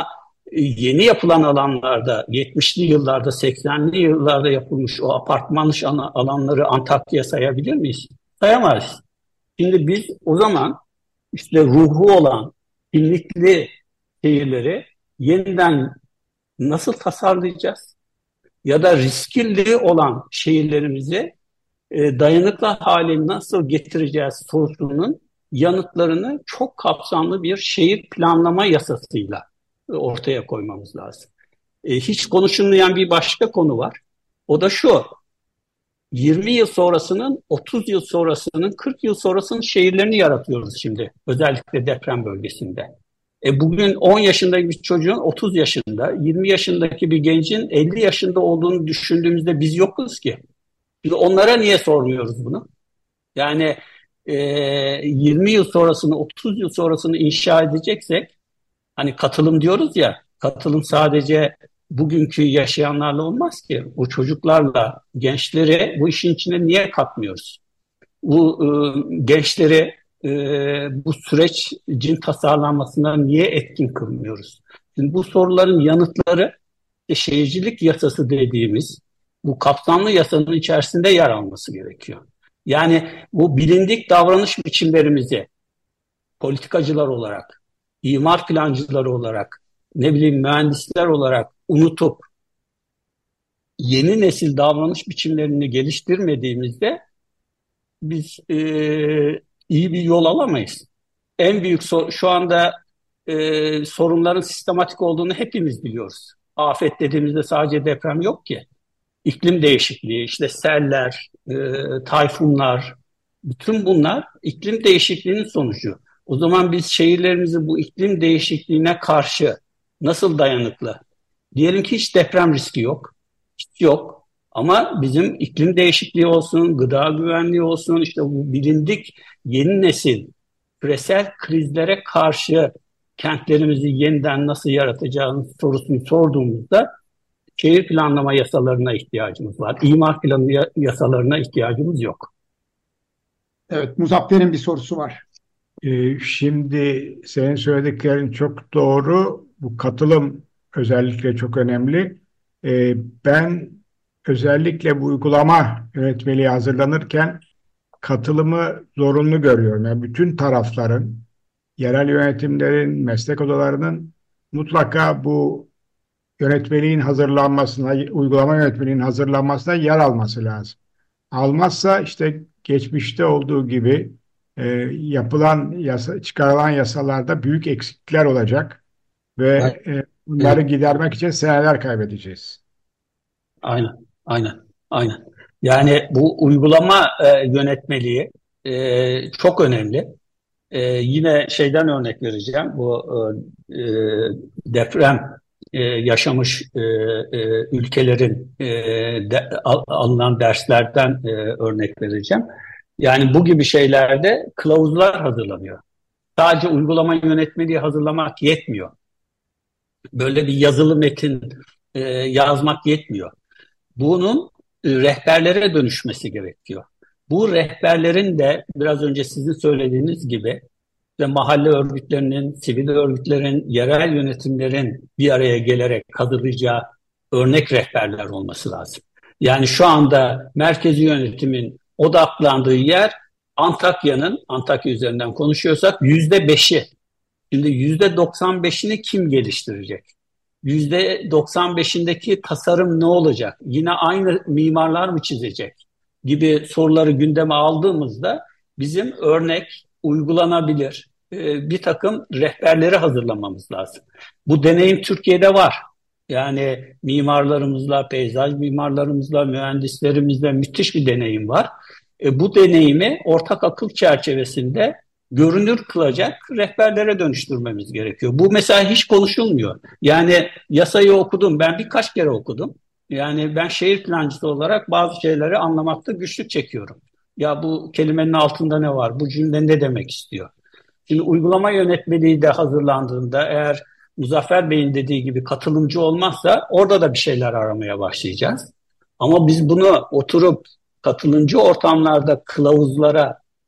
yeni yapılan alanlarda 70'li yıllarda 80'li yıllarda yapılmış o apartmanış alanları Antakya'ya sayabilir miyiz? Sayamayız. Şimdi biz o zaman işte ruhu olan kimlikli şehirleri yeniden nasıl tasarlayacağız? Ya da riskli olan şehirlerimizi dayanıklı hale nasıl getireceğiz sorusunun yanıtlarını çok kapsamlı bir şehir planlama yasasıyla ortaya koymamız lazım. Hiç konuşulmayan bir başka konu var. O da şu: 20 yıl sonrasının, 30 yıl sonrasının, 40 yıl sonrasının şehirlerini yaratıyoruz şimdi. Özellikle deprem bölgesinde. Bugün 10 yaşındaki bir çocuğun 30 yaşında, 20 yaşındaki bir gencin 50 yaşında olduğunu düşündüğümüzde biz yokuz ki. Şimdi onlara niye sormuyoruz bunu? Yani 20 yıl sonrasını, 30 yıl sonrasını inşa edeceksek, hani katılım diyoruz ya, katılım sadece bugünkü yaşayanlarla olmaz ki. Bu çocuklarla, gençleri bu işin içine niye katmıyoruz? Bu gençleri bu sürecin tasarlanmasına niye etkin kılmıyoruz? Şimdi bu soruların yanıtları şehircilik yasası dediğimiz bu kapsamlı yasanın içerisinde yer alması gerekiyor. Yani bu bilindik davranış biçimlerimizi politikacılar olarak, imar plancıları olarak, ne bileyim mühendisler olarak unutup yeni nesil davranış biçimlerini geliştirmediğimizde biz iyi bir yol alamayız. En büyük şu anda sorunların sistematik olduğunu hepimiz biliyoruz. Afet dediğimizde sadece deprem yok ki. İklim değişikliği, işte seller, tayfunlar, bütün bunlar iklim değişikliğinin sonucu. O zaman biz şehirlerimizi bu iklim değişikliğine karşı nasıl dayanıklı? Diyelim ki hiç deprem riski yok. Hiç yok. Ama bizim iklim değişikliği olsun, gıda güvenliği olsun, işte bu bilindik yeni nesil küresel krizlere karşı kentlerimizi yeniden nasıl yaratacağımız sorusunu sorduğumuzda şehir planlama yasalarına ihtiyacımız var. İmar planı yasalarına ihtiyacımız yok. Evet, Muzaffer'in bir sorusu var. Şimdi senin söylediklerin çok doğru. Bu katılım özellikle çok önemli. Ben özellikle bu uygulama yönetmeliği hazırlanırken katılımı zorunlu görüyorum. Yani bütün tarafların, yerel yönetimlerin, meslek odalarının mutlaka bu yönetmeliğin hazırlanmasına, uygulama yönetmeliğinin hazırlanmasına yer alması lazım. Almazsa işte geçmişte olduğu gibi çıkarılan yasalarda büyük eksiklikler olacak ve bunları gidermek için seneler kaybedeceğiz. Aynen, aynen, aynen. Yani bu uygulama yönetmeliği çok önemli. Yine şeyden örnek vereceğim. Bu deprem yaşamış ülkelerin alınan derslerden örnek vereceğim. Yani bu gibi şeylerde kılavuzlar hazırlanıyor. Sadece uygulama yönetmeliği hazırlamak yetmiyor. Böyle bir yazılı metin yazmak yetmiyor. Bunun rehberlere dönüşmesi gerekiyor. Bu rehberlerin de biraz önce sizin söylediğiniz gibi işte mahalle örgütlerinin, sivil örgütlerin, yerel yönetimlerin bir araya gelerek hazırlayacağı örnek rehberler olması lazım. Yani şu anda merkezi yönetimin odaklandığı yer Antakya üzerinden konuşuyorsak %5'i. Şimdi %95'ini kim geliştirecek? %95'indeki tasarım ne olacak? Yine aynı mimarlar mı çizecek? Gibi soruları gündeme aldığımızda bizim örnek, uygulanabilir bir takım rehberleri hazırlamamız lazım. Bu deneyim Türkiye'de var. Yani mimarlarımızla, peyzaj mimarlarımızla, mühendislerimizle müthiş bir deneyim var. Bu deneyimi ortak akıl çerçevesinde görünür kılacak rehberlere dönüştürmemiz gerekiyor. Bu mesela hiç konuşulmuyor. Yani yasayı okudum, ben birkaç kere okudum. Yani ben şehir plancısı olarak bazı şeyleri anlamakta güçlük çekiyorum. Ya bu kelimenin altında ne var? Bu cümle ne demek istiyor? Şimdi uygulama yönetmeliği de hazırlandığında eğer Muzaffer Bey'in dediği gibi katılımcı olmazsa orada da bir şeyler aramaya başlayacağız. Ama biz bunu oturup katılımcı ortamlarda kılavuzlara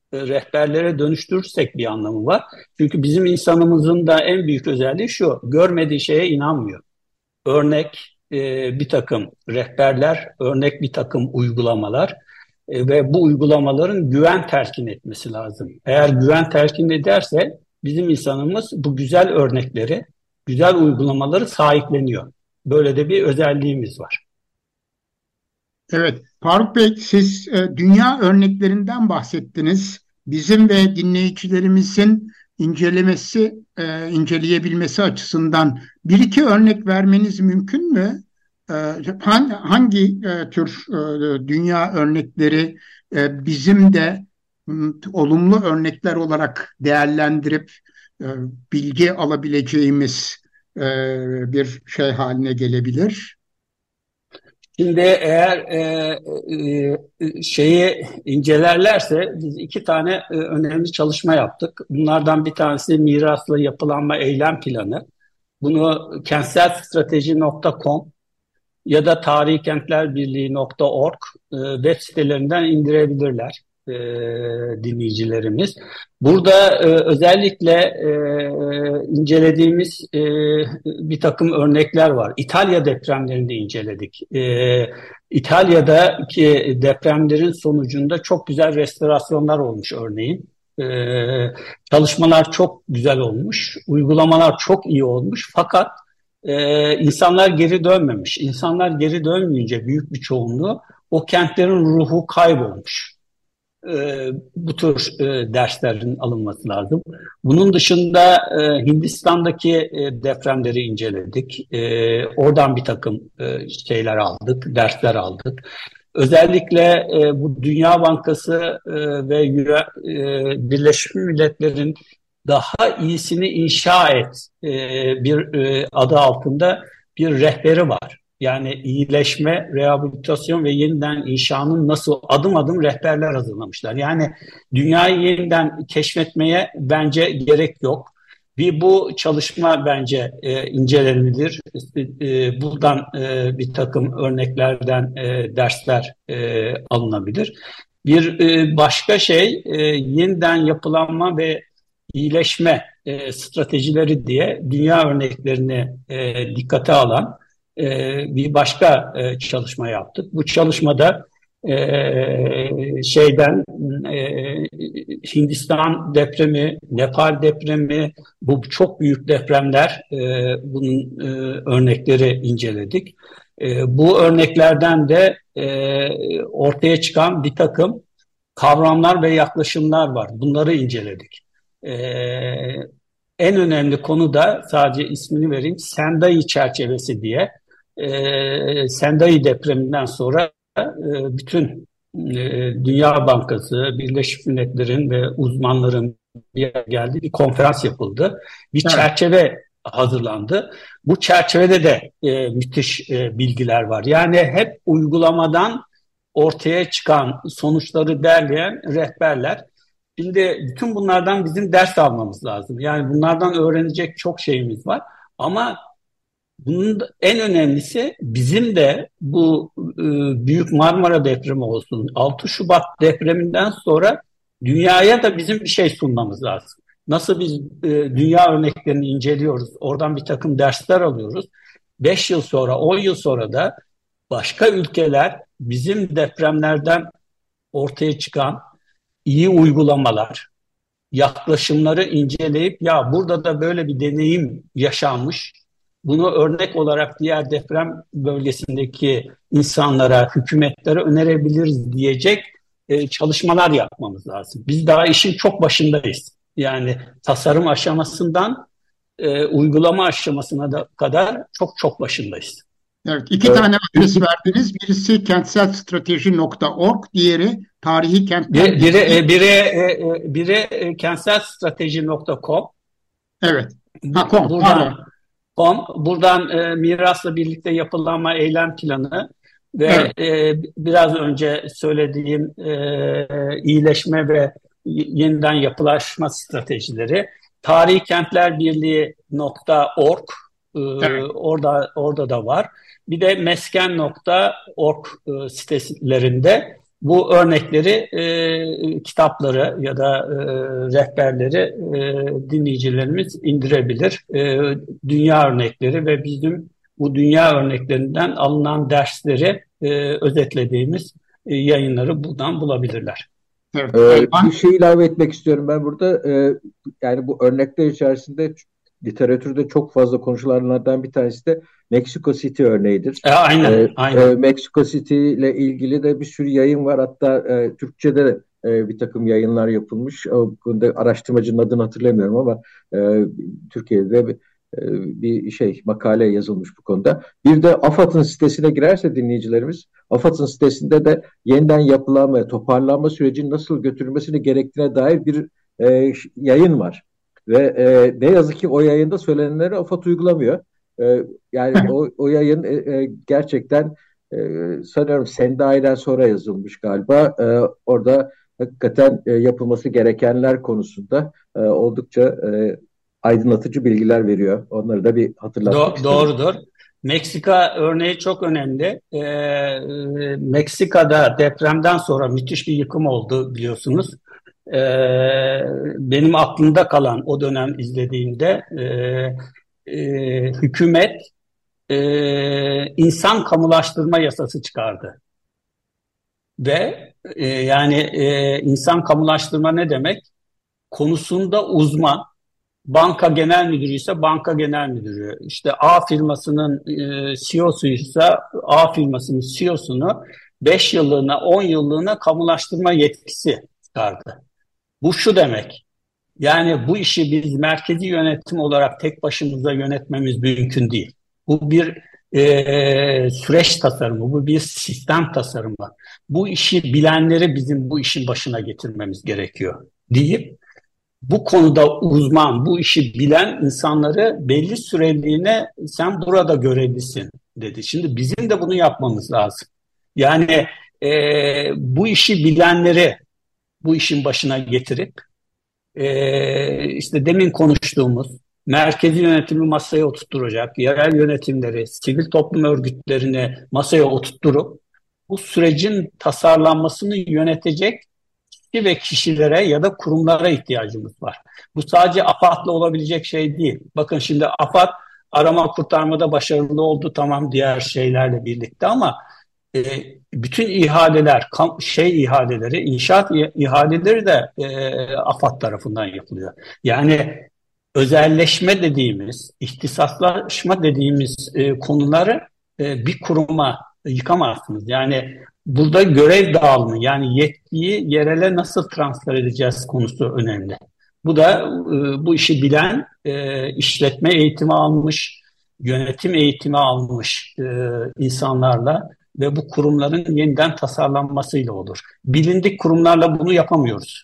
rehberlere dönüştürürsek bir anlamı var. Çünkü bizim insanımızın da en büyük özelliği şu: görmediği şeye inanmıyor. Örnek bir takım rehberler, örnek bir takım uygulamalar ve bu uygulamaların güven telkin etmesi lazım. Eğer güven telkin ederse bizim insanımız bu güzel örnekleri, güzel uygulamaları sahipleniyor. Böyle de bir özelliğimiz var. Evet, Faruk Bey, siz dünya örneklerinden bahsettiniz. Bizim ve dinleyicilerimizin inceleyebilmesi açısından bir iki örnek vermeniz mümkün mü? E, hangi tür dünya örnekleri bizim de olumlu örnekler olarak değerlendirip e, bilgi alabileceğimiz bir şey haline gelebilir? Şimdi eğer şeyi incelerlerse biz iki tane önemli çalışma yaptık. Bunlardan bir tanesi mirasla yapılanma eylem planı. Bunu kentselstrateji.com ya da tarihikentlerbirliği.org web sitelerinden indirebilirler dinleyicilerimiz. Burada özellikle incelediğimiz bir takım örnekler var. İtalya depremlerini de inceledik. İtalya'daki depremlerin sonucunda çok güzel restorasyonlar olmuş örneğin. Çalışmalar çok güzel olmuş, uygulamalar çok iyi olmuş, fakat insanlar geri dönmemiş. İnsanlar geri dönmeyince büyük bir çoğunluğu o kentlerin ruhu kaybolmuş. Bu tür derslerin alınması lazım. Bunun dışında Hindistan'daki depremleri inceledik. Oradan bir takım şeyler aldık, dersler aldık. Özellikle bu Dünya Bankası ve Birleşmiş Milletler'in daha iyisini inşa et bir adı altında bir rehberi var. Yani iyileşme, rehabilitasyon ve yeniden inşanın nasıl adım adım rehberler hazırlamışlar. Yani dünyayı yeniden keşfetmeye bence gerek yok. Bu çalışma bence incelenebilir. Buradan bir takım örneklerden dersler alınabilir. Bir başka şey yeniden yapılanma ve iyileşme stratejileri diye dünya örneklerini dikkate alan bir başka çalışma yaptık. Bu çalışmada Hindistan depremi, Nepal depremi, bu çok büyük depremler, bunun örnekleri inceledik. Bu örneklerden de ortaya çıkan bir takım kavramlar ve yaklaşımlar var. Bunları inceledik. En önemli konu da, sadece ismini vereyim, Sendai çerçevesi diye. Sendai depreminden sonra bütün Dünya Bankası, Birleşmiş Milletler'in ve uzmanların bir araya geldiği bir konferans yapıldı. Bir çerçeve hazırlandı. Bu çerçevede de müthiş bilgiler var. Yani hep uygulamadan ortaya çıkan sonuçları derleyen rehberler. Şimdi bütün bunlardan bizim ders almamız lazım. Yani bunlardan öğrenecek çok şeyimiz var. Ama bunun en önemlisi, bizim de bu Büyük Marmara depremi olsun, 6 Şubat depreminden sonra dünyaya da bizim bir şey sunmamız lazım. Nasıl biz dünya örneklerini inceliyoruz, oradan bir takım dersler alıyoruz. 5 yıl sonra, 10 yıl sonra da başka ülkeler bizim depremlerden ortaya çıkan iyi uygulamalar, yaklaşımları inceleyip, ya burada da böyle bir deneyim yaşanmış, bunu örnek olarak diğer deprem bölgesindeki insanlara, hükümetlere önerebiliriz diyecek çalışmalar yapmamız lazım. Biz daha işin çok başındayız. Yani tasarım aşamasından uygulama aşamasına da kadar çok çok başındayız. Evet, iki tane adres verdiniz. Birisi kentselstrateji.org, diğeri tarihi kentler. Biri kentselstrateji.com. Evet. .com. Buradan mirasla birlikte yapılanma eylem planı ve biraz önce söylediğim iyileşme ve yeniden yapılaşma stratejileri. Tarihikentlerbirliği.org, orada da var. Bir de mesken.org sitelerinde Bu örnekleri, kitapları ya da rehberleri dinleyicilerimiz indirebilir. Dünya örnekleri ve bizim bu dünya örneklerinden alınan dersleri özetlediğimiz yayınları buradan bulabilirler. Evet, Bir şey ilave etmek istiyorum ben burada. Yani bu örnekler içerisinde literatürde çok fazla konuşulanlardan bir tanesi de Mexico City örneğidir. Aynen. Mexico City ile ilgili de bir sürü yayın var. Hatta Türkçe'de de bir takım yayınlar yapılmış. O konuda araştırmacının adını hatırlamıyorum ama Türkiye'de bir makale yazılmış bu konuda. Bir de AFAD'ın sitesine girerse dinleyicilerimiz, AFAD'ın sitesinde de yeniden yapılanma, toparlanma sürecinin nasıl götürülmesine gerektiğine dair bir yayın var. Ve ne yazık ki o yayında söylenenleri AFAD uygulamıyor. Yani o yayın gerçekten sanıyorum Sendai'den sonra yazılmış galiba. Orada hakikaten yapılması gerekenler konusunda oldukça aydınlatıcı bilgiler veriyor. Onları da bir hatırlatmak istedim. Doğrudur. Meksika örneği çok önemli. Meksika'da depremden sonra müthiş bir yıkım oldu biliyorsunuz. Benim aklımda kalan o dönem izlediğimde hükümet insan kamulaştırma yasası çıkardı. Ve insan kamulaştırma ne demek? Konusunda uzman, banka genel müdürü ise banka genel müdürü, işte A firmasının CEO'su ise A firmasının CEO'sunu 5 yıllığına 10 yıllığına kamulaştırma yetkisi çıkardı. Bu şu demek, yani bu işi biz merkezi yönetim olarak tek başımıza yönetmemiz mümkün değil. Bu bir süreç tasarımı, bu bir sistem tasarımı. Bu işi bilenleri bizim bu işin başına getirmemiz gerekiyor deyip bu konuda uzman, bu işi bilen insanları belli süreliğine sen burada görevlisin dedi. Şimdi bizim de bunu yapmamız lazım. Yani bu işi bilenleri bu işin başına getirip işte demin konuştuğumuz merkezi yönetimi masaya oturtturacak, yerel yönetimleri, sivil toplum örgütlerini masaya oturtturup bu sürecin tasarlanmasını yönetecek kişi ve kişilere ya da kurumlara ihtiyacımız var. Bu sadece AFAD'la olabilecek şey değil. Bakın şimdi AFAD arama kurtarmada başarılı oldu, tamam, diğer şeylerle birlikte, ama bütün ihaleler, ihaleleri, inşaat ihaleleri de AFAD tarafından yapılıyor. Yani özelleşme dediğimiz, ihtisaslaşma dediğimiz konuları bir kuruma yıkamazsınız. Yani burada görev dağılımı, yani yetkiyi yerele nasıl transfer edeceğiz konusu önemli. Bu da bu işi bilen, işletme eğitimi almış, yönetim eğitimi almış insanlarla ve bu kurumların yeniden tasarlanmasıyla olur. Bilindik kurumlarla bunu yapamıyoruz.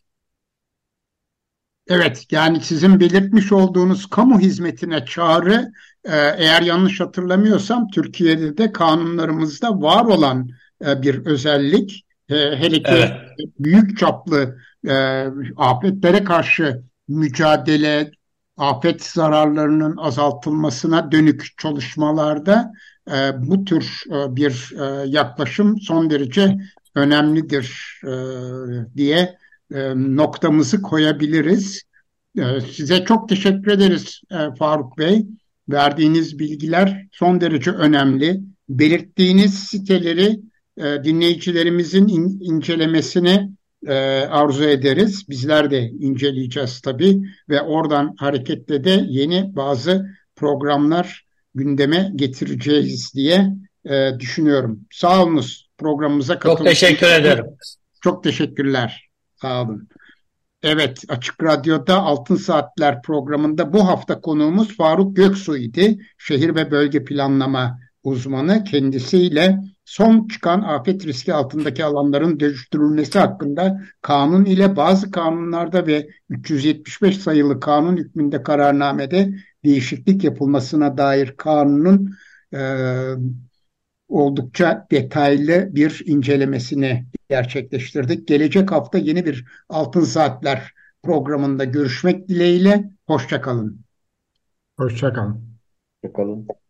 Evet, yani sizin belirtmiş olduğunuz kamu hizmetine çağrı, eğer yanlış hatırlamıyorsam Türkiye'de de kanunlarımızda var olan bir özellik. Hele ki Evet. büyük çaplı afetlere karşı mücadele, afet zararlarının azaltılmasına dönük çalışmalarda bu tür bir yaklaşım son derece önemlidir diye noktamızı koyabiliriz. Size çok teşekkür ederiz Faruk Bey. Verdiğiniz bilgiler son derece önemli. Belirttiğiniz siteleri dinleyicilerimizin incelemesini arzu ederiz. Bizler de inceleyeceğiz tabii ve oradan hareketle de yeni bazı programlar gündeme getireceğiz diye düşünüyorum. Sağ olunuz programımıza katıldığınız için. Çok teşekkür ederim. Çok teşekkürler. Sağ olun. Evet, Açık Radyo'da Altın Saatler programında bu hafta konuğumuz Faruk Göksu idi. Şehir ve bölge planlama uzmanı. Kendisiyle son çıkan afet riski altındaki alanların dönüştürülmesi hakkında kanun ile bazı kanunlarda ve 375 sayılı kanun hükmünde kararnamede değişiklik yapılmasına dair kanunun oldukça detaylı bir incelemesini gerçekleştirdik. Gelecek hafta yeni bir Altın Saatler programında görüşmek dileğiyle. Hoşça kalın. Hoşça kalın. Bakalım.